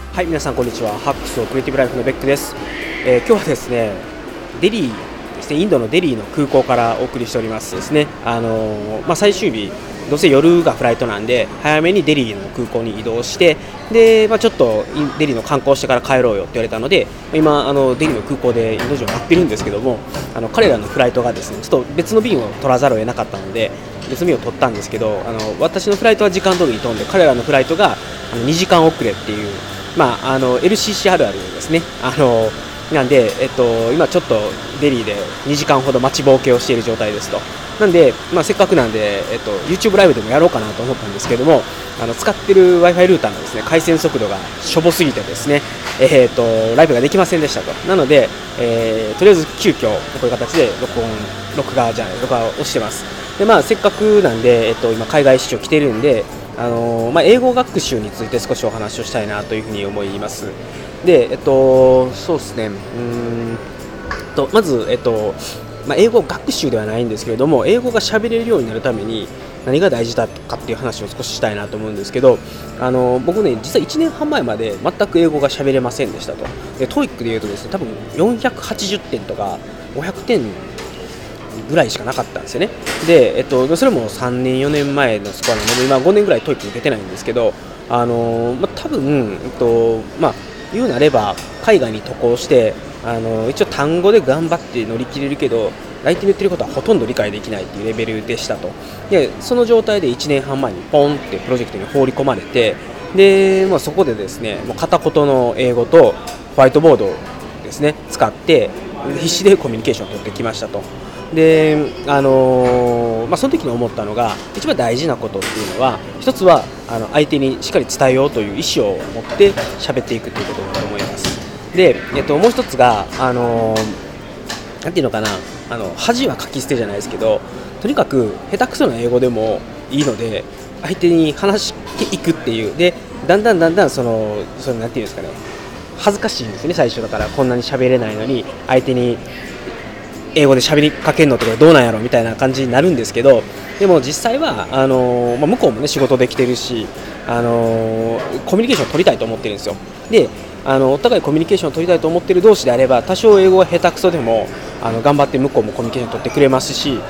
はい、皆さんこんにちは。ハックスをクリエイティブライフのベックです。今日はですね、デリーですね、インドのデリーの空港からお送りしておりますですね。最終日、どうせ夜がフライトなんで、早めにデリーの空港に移動して、で、ちょっとデリーの観光してから帰ろうよって言われたので、今デリーの空港でインド人を待ってるんですけども、彼らのフライトがですね、ちょっと別の便を取らざるを得なかったので、別の便を取ったんですけど、私のフライトは時間通りに飛んで、彼らのフライトが2時間遅れっていう。LCC あるあるですね。なんで、今ちょっとデリーで2時間ほど待ちぼうけをしている状態ですと。なんで、せっかくなんで、YouTube ライブでもやろうかなと思ったんですけども、使ってる Wi-Fi ルーターのですね、回線速度がしょぼすぎてですね、ライブができませんでしたと。なので、とりあえず急遽こういう形で録画をしてます。で、せっかくなんで、今海外視聴来てるんで、英語学習について少しお話をしたいなというふうに思います。で、そうですね、まず、英語学習ではないんですけれども、英語が喋れるようになるために何が大事だかっていう話を少ししたいなと思うんですけど、僕ね、実は1年半前まで全く英語が喋れませんでしたと。で、TOEIC でいうとですね、多分480点とか500点ぐらいしかなかったんですよね。で、それも3年4年前のスコアなので、今5年ぐらいトイック受けてないんですけど、多分、言うなれば海外に渡航して、一応単語で頑張って乗り切れるけど、相手の言ってることはほとんど理解できないっていうレベルでしたと。で、その状態で1年半前にポンってプロジェクトに放り込まれて、で、そこでですね、もう片言の英語とホワイトボードですね、使って必死でコミュニケーションを取ってきましたと。で、その時に思ったのが、一番大事なことっていうのは、一つは相手にしっかり伝えようという意思を持って喋っていくということだと思います。で、もう一つがなんていうのかな、恥はかき捨てじゃないですけど、とにかく下手くそな英語でもいいので相手に話していくっていう。で、だんだんそのなんていうんですかね、恥ずかしいんですね、最初だから。こんなに喋れないのに相手に英語で喋りかけるのとかどうなんやろみたいな感じになるんですけど、でも実際は向こうもね、仕事できてるし、コミュニケーションを取りたいと思ってるんですよ。で、お互いコミュニケーションを取りたいと思ってる同士であれば、多少英語が下手くそでも頑張って向こうもコミュニケーションを取ってくれますし、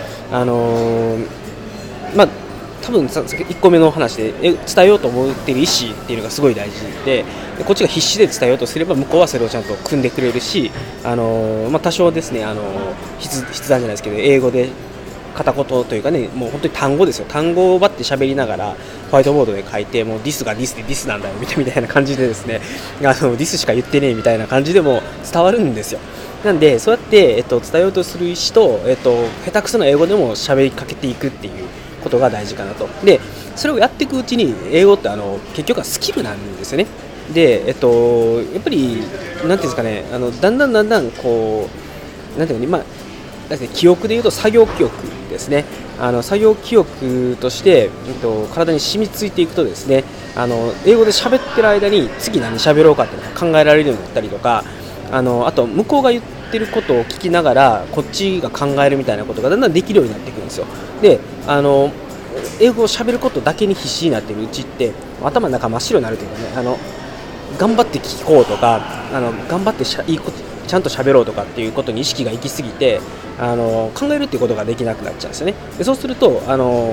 多分1個目の話で伝えようと思っている意思っていうのがすごい大事で、こっちが必死で伝えようとすれば向こうはそれをちゃんと組んでくれるし、多少ですね、筆談じゃないですけど、英語で片言というかね、もう本当に単語ですよ。単語をバッて喋りながらホワイトボードで書いて、もうディスがディスでディスなんだよみたいな感じでですね、ディスしか言ってねえみたいな感じでも伝わるんですよ。なんで、そうやって、伝えようとする意思と、下手くそな英語でも喋りかけていくっていうことが大事かなと。で、それをやっていくうちに英語って結局はスキルなんですよね。で、やっぱりなんていうんですかね、だんだんこうなんていうかね、記憶でいうと作業記憶ですね。作業記憶として、体に染みついていくとですね、英語で喋ってる間に次何喋ろうかっていうのが考えられるようになったりとか、あと向こうが言ってることを聞きながらこっちが考えるみたいなことがだんだんできるようになっていくんですよ。で、英語を喋ることだけに必死になっているうちって頭の中真っ白になるというかね、頑張って聞こうとか、頑張っていいことちゃんと喋ろうとかっていうことに意識が行き過ぎて、考えるっていうことができなくなっちゃうんですよね。で、そうすると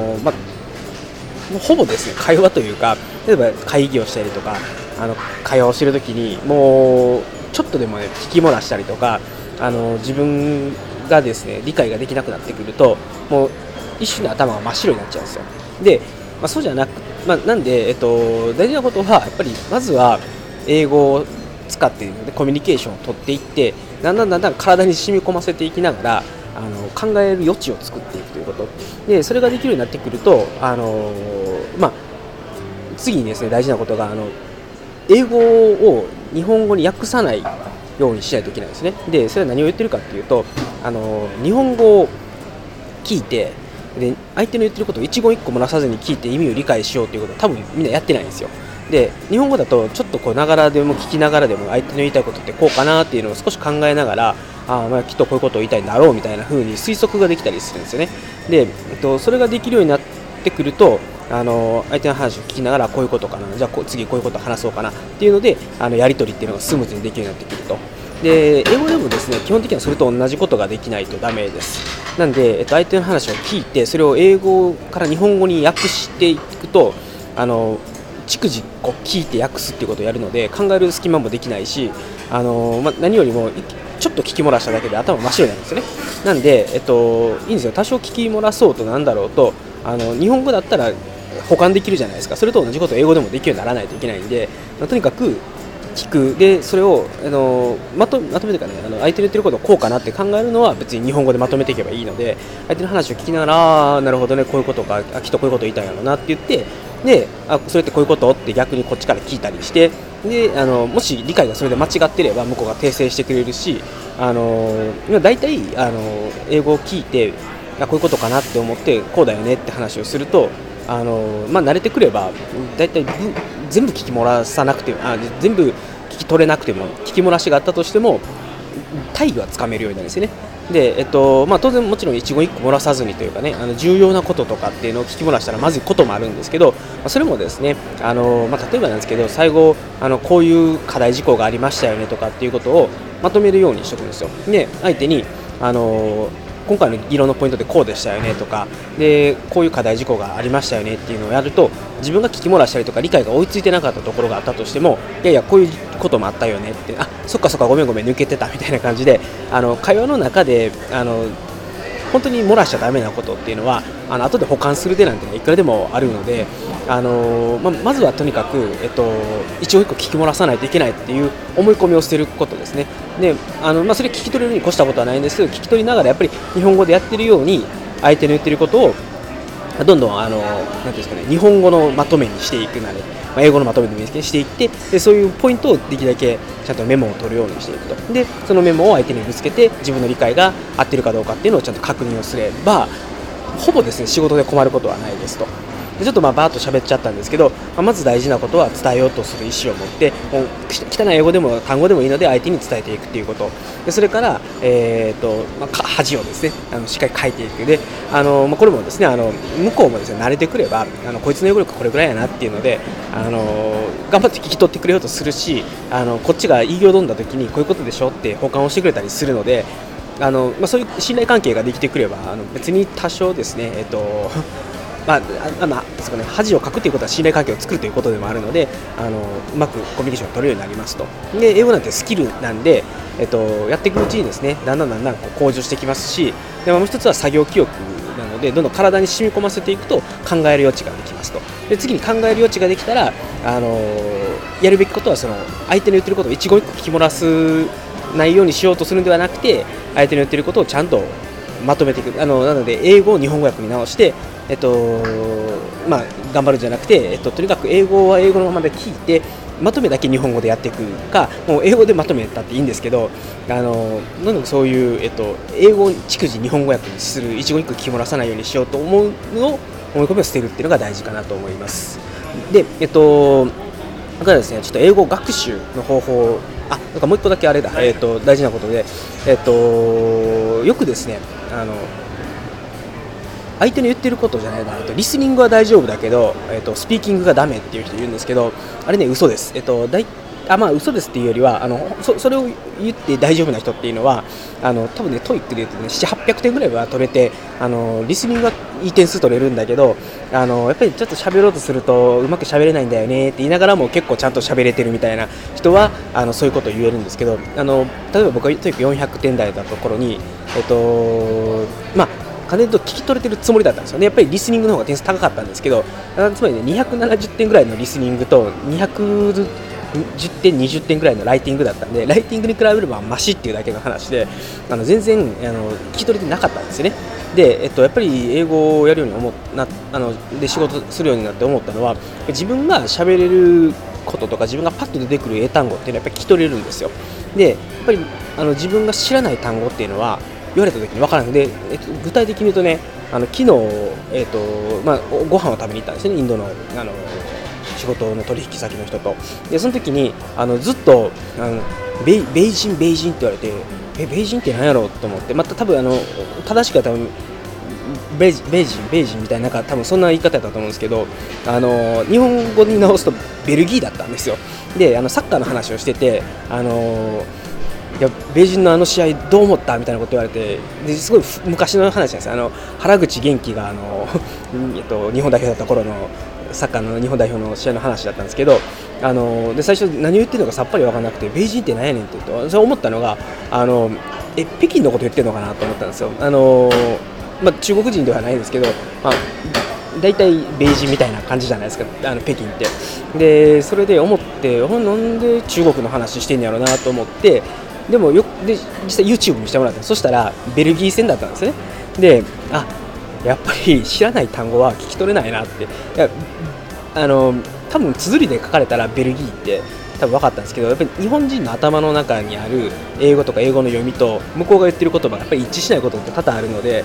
ほぼですね、会話というか、例えば会議をしたりとか会話をしているときにもうちょっとでもね、聞き漏らしたりとか、自分がですね理解ができなくなってくると、もう一瞬で頭が真っ白になっちゃうんですよ。で、そうじゃなく、なんで、大事なことはやっぱりまずは英語を使ってコミュニケーションを取っていって、だんだん体に染み込ませていきながら考える余地を作っていくということで、それができるようになってくると、次にですね、大事なことが英語を日本語に訳さないようにしないといけないんですね。で、それは何を言ってるかっていうと、日本語を聞いて、で相手の言ってることを一言一句漏らさずに聞いて意味を理解しようということは多分みんなやってないんですよ。で、日本語だとちょっとながらでも聞きながらでも相手の言いたいことってこうかなっていうのを少し考えながら、きっとこういうことを言いたいんだろうみたいな風に推測ができたりするんですよね。で、それができるようになってくると、 相手の話を聞きながらこういうことかな、じゃあ次こういうことを話そうかなっていうのでやり取りっていうのがスムーズにできるようになってくると。で英語でもですね基本的にはそれと同じことができないとダメです。なんで、相手の話を聞いてそれを英語から日本語に訳していくと逐次こう聞いて訳すっていうことをやるので考える隙間もできないし、何よりもちょっと聞き漏らしただけで頭真っ白になるんですよね。なんで、いいんですよ、多少聞き漏らそうとなんだろうと日本語だったら補完できるじゃないですか。それと同じことを英語でもできるようにならないといけないんで、とにかく聞くでそれをまとめてかね相手の言ってることをこうかなって考えるのは別に日本語でまとめていけばいいので、相手の話を聞きながらなるほどねこういうことかきっとこういうこと言いたいんやろうなって言ってでそれってこういうことって逆にこっちから聞いたりしてでもし理解がそれで間違ってれば向こうが訂正してくれるし大体英語を聞いてこういうことかなって思ってこうだよねって話をすると慣れてくれば大体全部聞き漏らさなくて全部聞き取れなくても聞き漏らしがあったとしても大義はつかめるようになるんですよね。で当然もちろん一言一句漏らさずにというかね重要なこととかっていうのを聞き漏らしたらまずいこともあるんですけどそれもですね例えばなんですけど最後こういう課題事項がありましたよねとかっていうことをまとめるようにしておくんですよ。で相手に今回の議論のポイントでこうでしたよねとかでこういう課題事項がありましたよねっていうのをやると自分が聞き漏らしたりとか理解が追いついてなかったところがあったとしてもいやこういうこともあったよねってそっかごめん抜けてたみたいな感じで会話の中で本当に漏らしちゃダメなことっていうのは後で補完する手なんていくらでもあるのでまずはとにかく、一応一個聞き漏らさないといけないっていう思い込みを捨てることですね。でそれ聞き取れるに越したことはないんですけど聞き取りながらやっぱり日本語でやってるように相手の言ってることをどんどんなんていうんですかね、日本語のまとめにしていくなり、英語のまとめでもいいですけどしていってでそういうポイントをできるだけちゃんとメモを取るようにしていくと。でそのメモを相手にぶつけて自分の理解が合ってるかどうかっていうのをちゃんと確認をすればほぼですね仕事で困ることはないですと。でちょっとバーッと喋っちゃったんですけど、まず大事なことは伝えようとする意思を持ってもう汚い英語でも単語でもいいので相手に伝えていくっていうことでそれから、恥をですねしっかり書いていくでこれもですね向こうもですね慣れてくればこいつの英語力これぐらいやなっていうので頑張って聞き取ってくれようとするしこっちが言いよどんだ時にこういうことでしょって補完をしてくれたりするのでそういう信頼関係ができてくれば別に多少ですねですかね、恥をかくということは信頼関係を作るということでもあるのでうまくコミュニケーションを取るようになりますと。で英語なんてスキルなんで、やっていくうちにですねだんだんこう向上してきますしでもう一つは作業記憶なのでどんどん体に染み込ませていくと考える余地ができますと。で次に考える余地ができたらやるべきことはその相手の言ってることを一語一句聞き漏らすないようにしようとするのではなくて相手の言ってることをちゃんとまとめていくなので英語を日本語訳に直して頑張るんじゃなくて、とにかく英語は英語のままで聞いてまとめだけ日本語でやっていくかもう英語でまとめたっていいんですけどどんどんそういう、英語を逐次日本語訳にする一語一句聞き漏らさないようにしようと思うのを思い込みを捨てるっていうのが大事かなと思います。でだからですねちょっと英語学習の方法なんかもう一個だけあれだ、大事なことでよくですね相手の言ってることじゃないなリスニングは大丈夫だけど、スピーキングがダメっていう人いるんですけどあれね嘘です。嘘ですっていうよりはそれを言って大丈夫な人っていうのは多分ねトイックで言うとね700、800点ぐらいは取れてリスニングはいい点数取れるんだけどやっぱりちょっと喋ろうとするとうまく喋れないんだよねって言いながらも結構ちゃんと喋れてるみたいな人はそういうことを言えるんですけど例えば僕がトイック400点台だったところに完全に聞き取れてるつもりだったんですよね。やっぱりリスニングの方が点数高かったんですけどつまりね270点ぐらいのリスニングと210点20点ぐらいのライティングだったんでライティングに比べればマシっていうだけの話で全然聞き取れてなかったんですよね。で、やっぱり英語をやるようにで仕事するようになって思ったのは自分が喋れることとか自分がパッと出てくる英単語っていうのはやっぱり聞き取れるんですよ。でやっぱり自分が知らない単語っていうのは言われた時に分からないので、具体的に言うとね昨日、ご飯を食べに行ったんですねインドの、仕事の取引先の人と。でその時にずっとベイジンって言われてベイジンって何やろうと思って多分正しくは多分ベージンみたいな、多分そんな言い方だったと思うんですけど、日本語に直すとベルギーだったんですよ。でサッカーの話をしてて、いやベージンの試合どう思ったみたいなこと言われて、ですごい昔の話なんですよ。原口元気が日本代表だった頃のサッカーの日本代表の試合の話だったんですけど、で最初何を言ってるのかさっぱり分からなくて、ベージンって何やねんって言って、そう思ったのが北京のこと言ってるのかなと思ったんですよ。中国人ではないですけど、大体ベージンみたいな感じじゃないですか、北京って。でそれで思って、なんで中国の話してんやろうなと思って、で実際 YouTube にしてもらった。そしたらベルギー戦だったんですね。でやっぱり知らない単語は聞き取れないなって。多分綴りで書かれたらベルギーって多分分かったんですけど、やっぱり日本人の頭の中にある英語とか英語の読みと向こうが言ってる言葉がやっぱり一致しないことって多々あるので、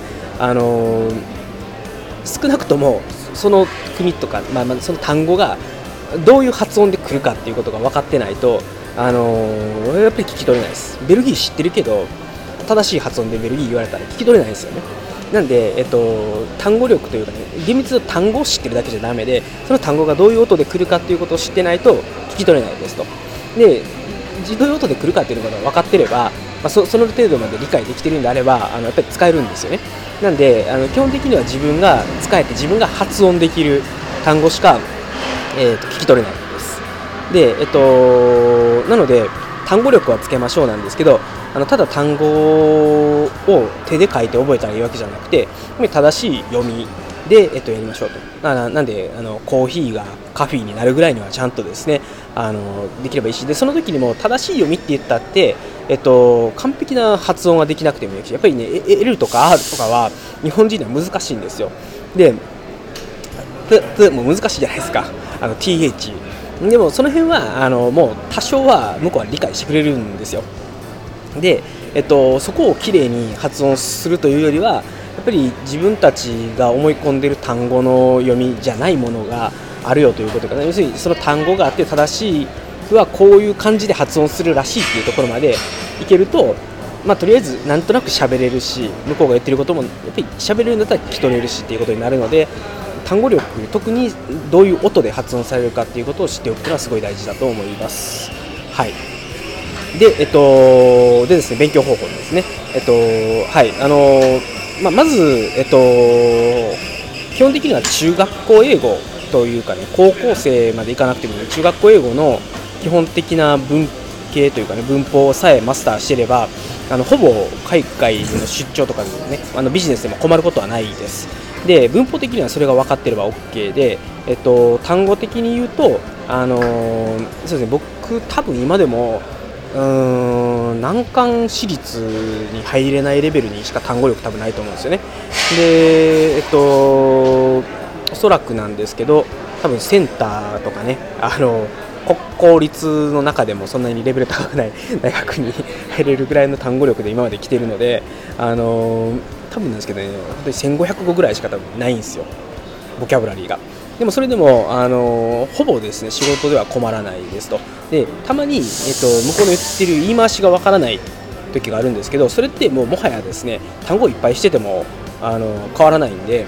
少なくともその国とか、その単語がどういう発音で来るかっていうことが分かってないと、やっぱり聞き取れないです。ベルギー知ってるけど正しい発音でベルギー言われたら聞き取れないんですよね。なんで、単語力というかね、厳密な単語を知ってるだけじゃダメで、その単語がどういう音で来るかということを知ってないと聞き取れないですと。でどういう音で来るかということが分かってれば、その程度まで理解できてるんであればやっぱり使えるんですよね。なんで基本的には自分が使えて自分が発音できる単語しか、聞き取れないです。で、なので単語力はつけましょうなんですけど、ただ単語を手で書いて覚えたらいいわけじゃなくて、正しい読みで、やりましょうと。なんでコーヒーがカフェになるぐらいにはちゃんとですねできればいいし、でその時にも正しい読みって言ったって、完璧な発音ができなくてもいいし、やっぱりね L とか R とかは日本人には難しいんですよ。でも難しいじゃないですか、TH。でもその辺はもう多少は向こうは理解してくれるんですよ。で、そこをきれいに発音するというよりは、やっぱり自分たちが思い込んでいる単語の読みじゃないものがあるよということかな。要するにその単語があって正しいはこういう感じで発音するらしいっていうところまでいけると、とりあえずなんとなく喋れるし、向こうが言ってることもやっぱり喋れるんだったら聞き取れるしっていうことになるので、単語力、特にどういう音で発音されるかっていうことを知っておくというのはすごい大事だと思います。はい。でですね、勉強方法ですね。はい、まず基本的には中学校英語というかね、高校生までいかなくても、ね、中学校英語の基本的な文系というかね、文法さえマスターしていれば、ほぼ海外の出張とかでね、ビジネスでも困ることはないです。で文法的にはそれが分かっていれば OK で、単語的に言うと、そうですね、僕多分今でも難関私立に入れないレベルにしか単語力多分ないと思うんですよね。でおそらくなんですけど、多分センターとかね、公立の中でもそんなにレベル高くない大学に入れるぐらいの単語力で今まで来ているので、多分なんですけどね、本当に1500語ぐらいしか多分ないんですよ、ボキャブラリーが。でもそれでもほぼですね仕事では困らないですと。でたまに、向こうの言ってる言い回しがわからない時があるんですけど、それってもはやですね単語をいっぱいしてても変わらないんで、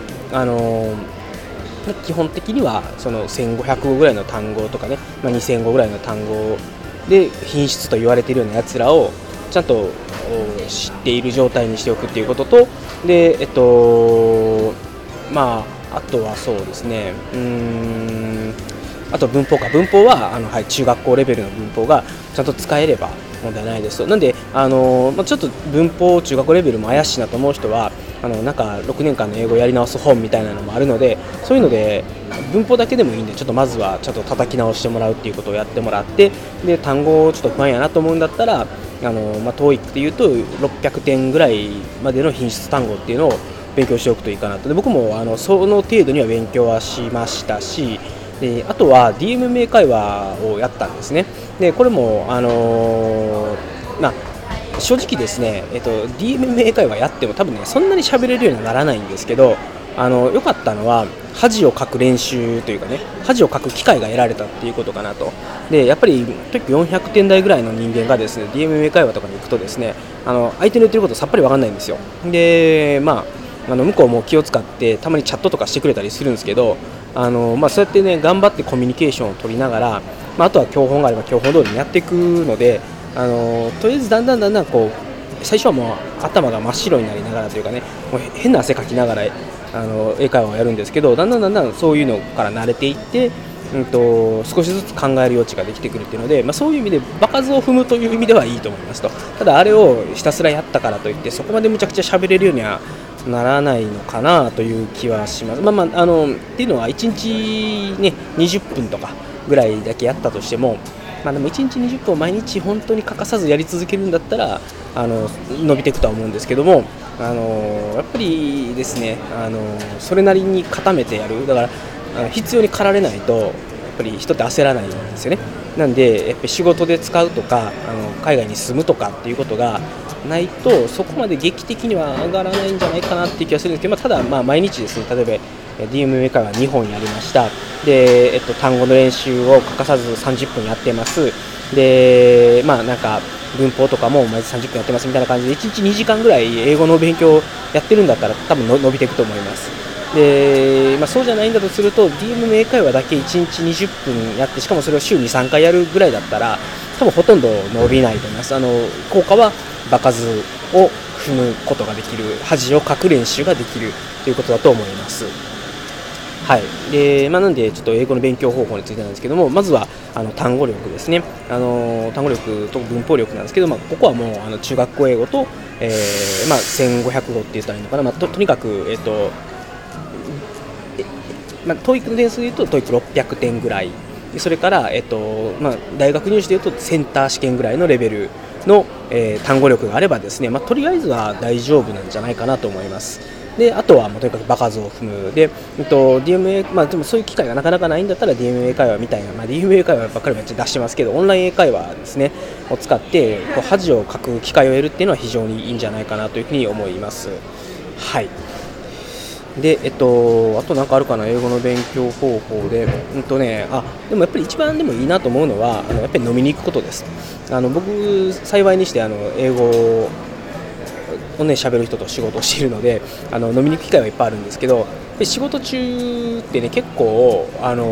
基本的にはその1500語ぐらいの単語とかね、2000語ぐらいの単語で品質と言われているようなやつらをちゃんと知っている状態にしておくっていうことと、であとはそうですね、あと文法は中学校レベルの文法がちゃんと使えれば問題ないですと。なんでちょっと文法中学校レベルも怪しいなと思う人はなんか6年間の英語やり直す本みたいなのもあるので、そういうので文法だけでもいいんで、ちょっとまずはちょっと叩き直してもらうっていうことをやってもらって、で単語をちょっと不安やなと思うんだったらTOEIC でいうと600点ぐらいまでの品質単語っていうのを勉強しておくといいかなと。で僕もその程度には勉強はしましたし、であとは DMMA 会話をやったんですね。でこれも正直ですね、DMMA 会話やっても多分ねそんなに喋れるようにはならないんですけど、良かったのは恥をかく練習というかね、恥をかく機会が得られたっていうことかなと。でやっぱり400点台ぐらいの人間がですね DMMA 会話とかに行くとですね、相手の言ってることさっぱり分かんないんですよ。で向こうも気を使ってたまにチャットとかしてくれたりするんですけど、そうやってね頑張ってコミュニケーションを取りながら、あとは教本があれば教本通りにやっていくので、とりあえずだんだんこう最初はもう頭が真っ白になりながらというかね、もう変な汗かきながら英会話をやるんですけど、だんだんそういうのから慣れていって、少しずつ考える余地ができてくるっていうので、そういう意味で場数を踏むという意味ではいいと思いますと。ただあれをひたすらやったからといってそこまでむちゃくちゃ喋れるようにはならないのかなという気はします。っていうのは1日ね20分とかぐらいだけやったとしても、でも1日20分を毎日本当に欠かさずやり続けるんだったら伸びていくとは思うんですけども、やっぱりですねそれなりに固めてやる。だから必要に駆られないとやっぱり人って焦らないんですよね。なんでやっぱり仕事で使うとか海外に住むとかっていうことがないとそこまで劇的には上がらないんじゃないかなっていう気がするんですけど、ただ毎日ですね、例えば DMA 会は2本やりました。で、単語の練習を欠かさず30分やってます。で、なんか文法とかも毎日30分やってますみたいな感じで1日2時間ぐらい英語の勉強やってるんだったら多分伸びていくと思います。で、そうじゃないんだとすると DMA 会話だけ1日20分やって、しかもそれを週に3回やるぐらいだったら多分ほとんど伸びないと思います。効果は場数を踏むことができる、恥をかく練習ができるということだと思います。はい。で、なんでちょっと英語の勉強方法についてなんですけども、まずは単語力ですね。単語力と文法力なんですけど、ここはもう中学校英語と、1500語って言ったらいいのかな。とにかくTOEIC の点数でいうと TOEIC600 点ぐらい、それから、大学入試でいうとセンター試験ぐらいのレベルの、単語力があればですね、とりあえずは大丈夫なんじゃないかなと思います。であとはもうとにかく場数を踏むで、DMA、でもそういう機会がなかなかないんだったら DMA 会話みたいな、DMA 会話ばっかりめっちゃ出してますけど、オンライン英会話ですねを使って恥をかく機会を得るっていうのは非常にいいんじゃないかなというふうに思います。はい。で、あと何かあるかな、英語の勉強方法で、でもやっぱり一番でもいいなと思うのはやっぱり飲みに行くことです。僕幸いにして英語をね喋る人と仕事をしているので飲みに行く機会はいっぱいあるんですけど、仕事中ってね結構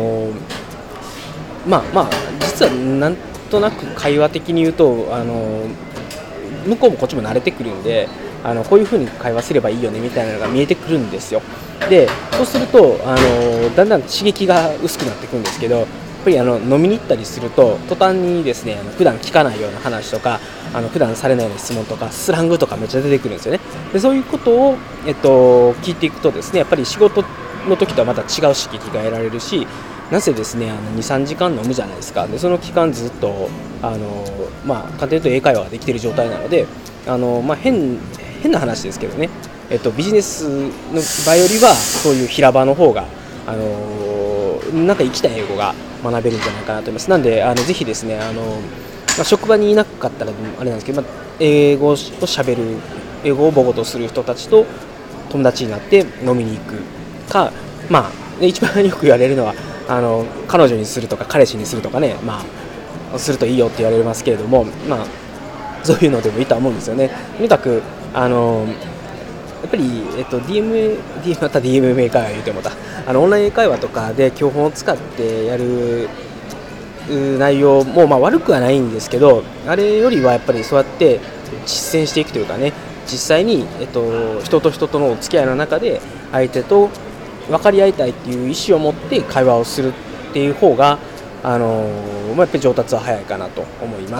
実はなんとなく会話的に言うと向こうもこっちも慣れてくるんでこういう風に会話すればいいよねみたいなのが見えてくるんですよ。でそうするとだんだん刺激が薄くなってくるんですけど、やっぱり飲みに行ったりすると途端にですね普段聞かないような話とか普段されないような質問とかスラングとかめっちゃ出てくるんですよね。でそういうことを、聞いていくとですねやっぱり仕事の時とはまた違う刺激が得られるし、なぜですね2、3時間飲むじゃないですか。でその期間ずっと簡単に言うと英会話ができている状態なので変な話ですけどね、ビジネスの場よりはそういう平場の方が、なんか生きた英語が学べるんじゃないかなと思います。なんでぜひですね職場にいなかったらあれなんですけど、英語を喋る、英語を母語とする人たちと友達になって飲みに行くか、一番よく言われるのは彼女にするとか彼氏にするとかね、するといいよって言われますけれども、そういうのでもいいと思うんですよね。とにかくやっぱり、DMA 会話言うてもオンライン英会話とかで教本を使ってやる内容も悪くはないんですけど、あれよりはやっぱりそうやって実践していくというかね、実際に、人と人とのお付き合いの中で相手と分かり合いたいっていう意思を持って会話をするっていう方が、やっぱり上達は早いかなと思います。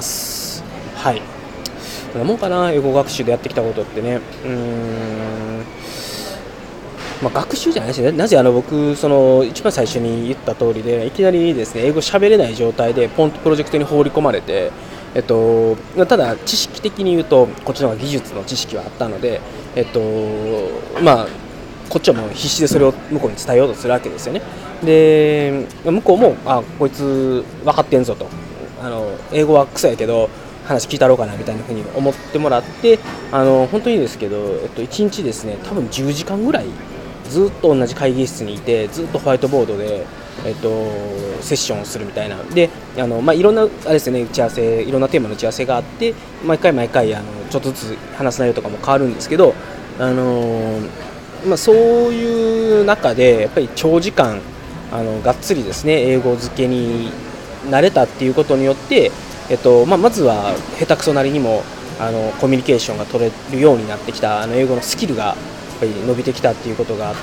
はい。こんなもんかな、英語学習でやってきたことってね。学習じゃないですね。なぜ僕一番最初に言った通りでいきなりですね英語喋れない状態でポンとプロジェクトに放り込まれて、ただ知識的に言うとこっちの方が技術の知識はあったので、こっちはもう必死でそれを向こうに伝えようとするわけですよね。で向こうもこいつ分かってんぞと、英語はクソやけど話聞いたろうかなみたいな風に思ってもらって、本当にですけど、1日ですね多分10時間ぐらいずっと同じ会議室にいてずっとホワイトボードで、セッションをするみたいなでいろんなあれですよね、打ち合わせいろんなテーマの打ち合わせがあって毎回ちょっとずつ話す内容とかも変わるんですけど、 そういう中でやっぱり長時間がっつりですね英語漬けに慣れたっていうことによって、まずは下手くそなりにもコミュニケーションが取れるようになってきた、英語のスキルがやっぱり伸びてきたっていうことがあって、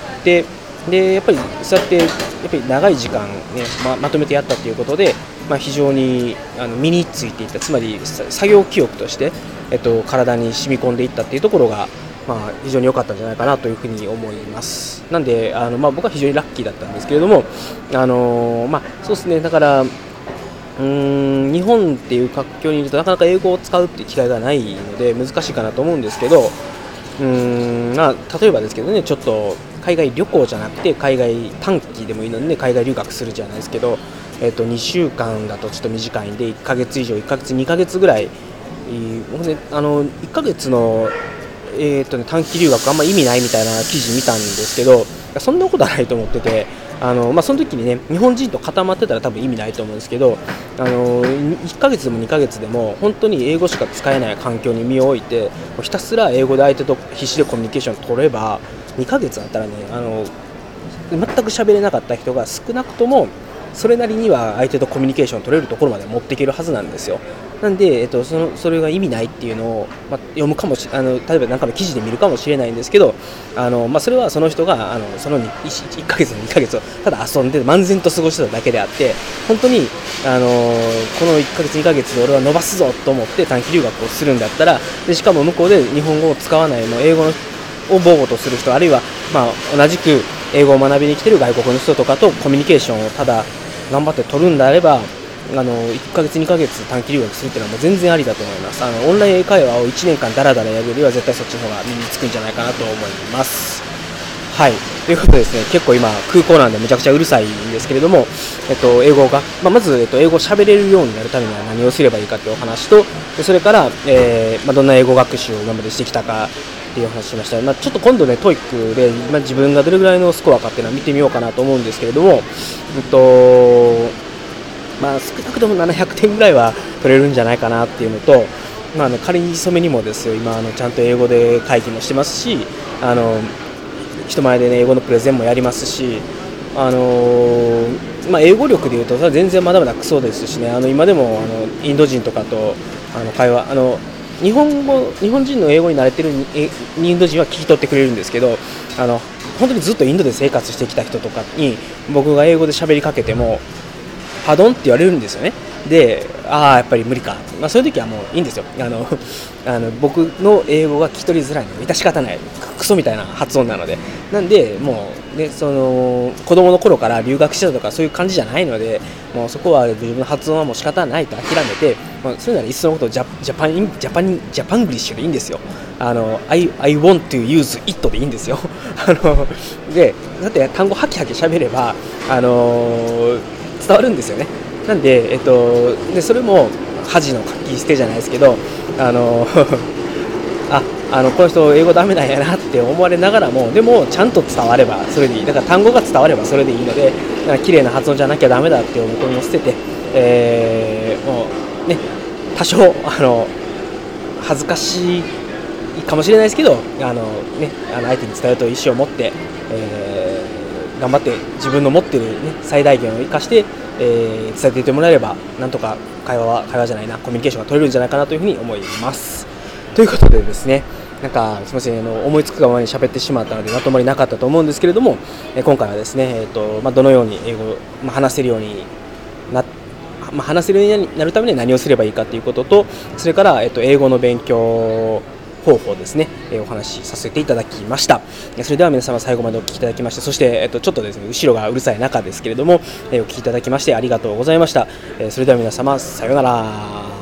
でやっぱりそうやってやっぱり長い時間、ね、まとめてやったということで、非常に身についていった、つまり作業記憶として、体に染み込んでいったっていうところが、非常に良かったんじゃないかなというふうに思います。なんで僕は非常にラッキーだったんですけれども、そうですね、だから日本っていう環境にいるとなかなか英語を使うっていう機会がないので難しいかなと思うんですけど、例えばですけどね、ちょっと海外旅行じゃなくて海外短期でもいいので、ね、海外留学するじゃないですけど、2週間だとちょっと短いんで1ヶ月以上、1ヶ月2ヶ月ぐらい、1ヶ月の、短期留学あんま意味ないみたいな記事見たんですけど、そんなことはないと思ってて、その時にね日本人と固まってたら多分意味ないと思うんですけど、1ヶ月でも2ヶ月でも本当に英語しか使えない環境に身を置いてひたすら英語で相手と必死でコミュニケーションを取れば2ヶ月あったらね全く喋れなかった人が少なくともそれなりには相手とコミュニケーションを取れるところまで持っていけるはずなんですよ。なんで、それが意味ないっていうのを、読むかもし例えば何かの記事で見るかもしれないんですけど、それはその人がその 1ヶ月2ヶ月をただ遊んで漫然と過ごしてただけであって、本当にこの1ヶ月2ヶ月で俺は伸ばすぞと思って短期留学をするんだったら、でしかも向こうで日本語を使わない英語を母語とする人、あるいは同じく英語を学びに来ている外国の人とかとコミュニケーションをただ頑張って取るんであれば、1ヶ月2ヶ月短期留学するっていうのはもう全然ありだと思います。オンライン英会話を1年間ダラダラやるよりは絶対そっちの方が身につくんじゃないかなと思います。はい、ということでですね、結構今空港なんでむちゃくちゃうるさいんですけれども、英語が、まず、英語を喋れるようになるためには何をすればいいかというお話と、それから、どんな英語学習を今までしてきたかっていう話しました。ちょっと今度ね TOEIC で、自分がどれぐらいのスコアかっていうのは見てみようかなと思うんですけれども、少なくとも700点ぐらいは取れるんじゃないかなっていうのと、仮に染めにもですよ、今ちゃんと英語で会議もしてますし、人前で、ね、英語のプレゼンもやりますし、英語力でいうとそれは全然まだまだクソですしね、今でもインド人とかと会話日本人の英語に慣れてるインド人は聞き取ってくれるんですけど、本当にずっとインドで生活してきた人とかに僕が英語で喋りかけてもパドンって言われるんですよね。で、やっぱり無理か、そういう時はもういいんですよ。僕の英語が聞き取りづらいの致し方ない、クソみたいな発音なので、なんでもう、ね、子供の頃から留学してたとかそういう感じじゃないので、もうそこは自分の発音はもう仕方ないと諦めて、そういうならいっそのことジャパングリッシュでいいんですよ。I want to use it でいいんですよ。で、だって単語ハキハキ喋れば伝わるんですよね。なんで、でそれも恥のかき捨てじゃないですけど、この人英語ダメなんやなって思われながらも、でもちゃんと伝わればそれでいい。だから単語が伝わればそれでいいので、綺麗な発音じゃなきゃダメだって思いを捨てて、もうね、多少恥ずかしいかもしれないですけど、相手に伝えるという意思を持って、頑張って自分の持っている、最大限を生かして、伝えていってもらえればなんとか会話じゃないなコミュニケーションが取れるんじゃないかなというふうに思います。ということでですね、すみません、思いつくがままに喋ってしまったのでまとまりなかったと思うんですけれども、今回はですね、どのように英語を、話せるようになるために何をすればいいかということと、それから、英語の勉強方法ですね、お話しさせていただきました。それでは皆様最後までお聞きいただきまして、そして、ちょっとですね後ろがうるさい中ですけれども、お聞きいただきましてありがとうございました。それでは皆様さようなら。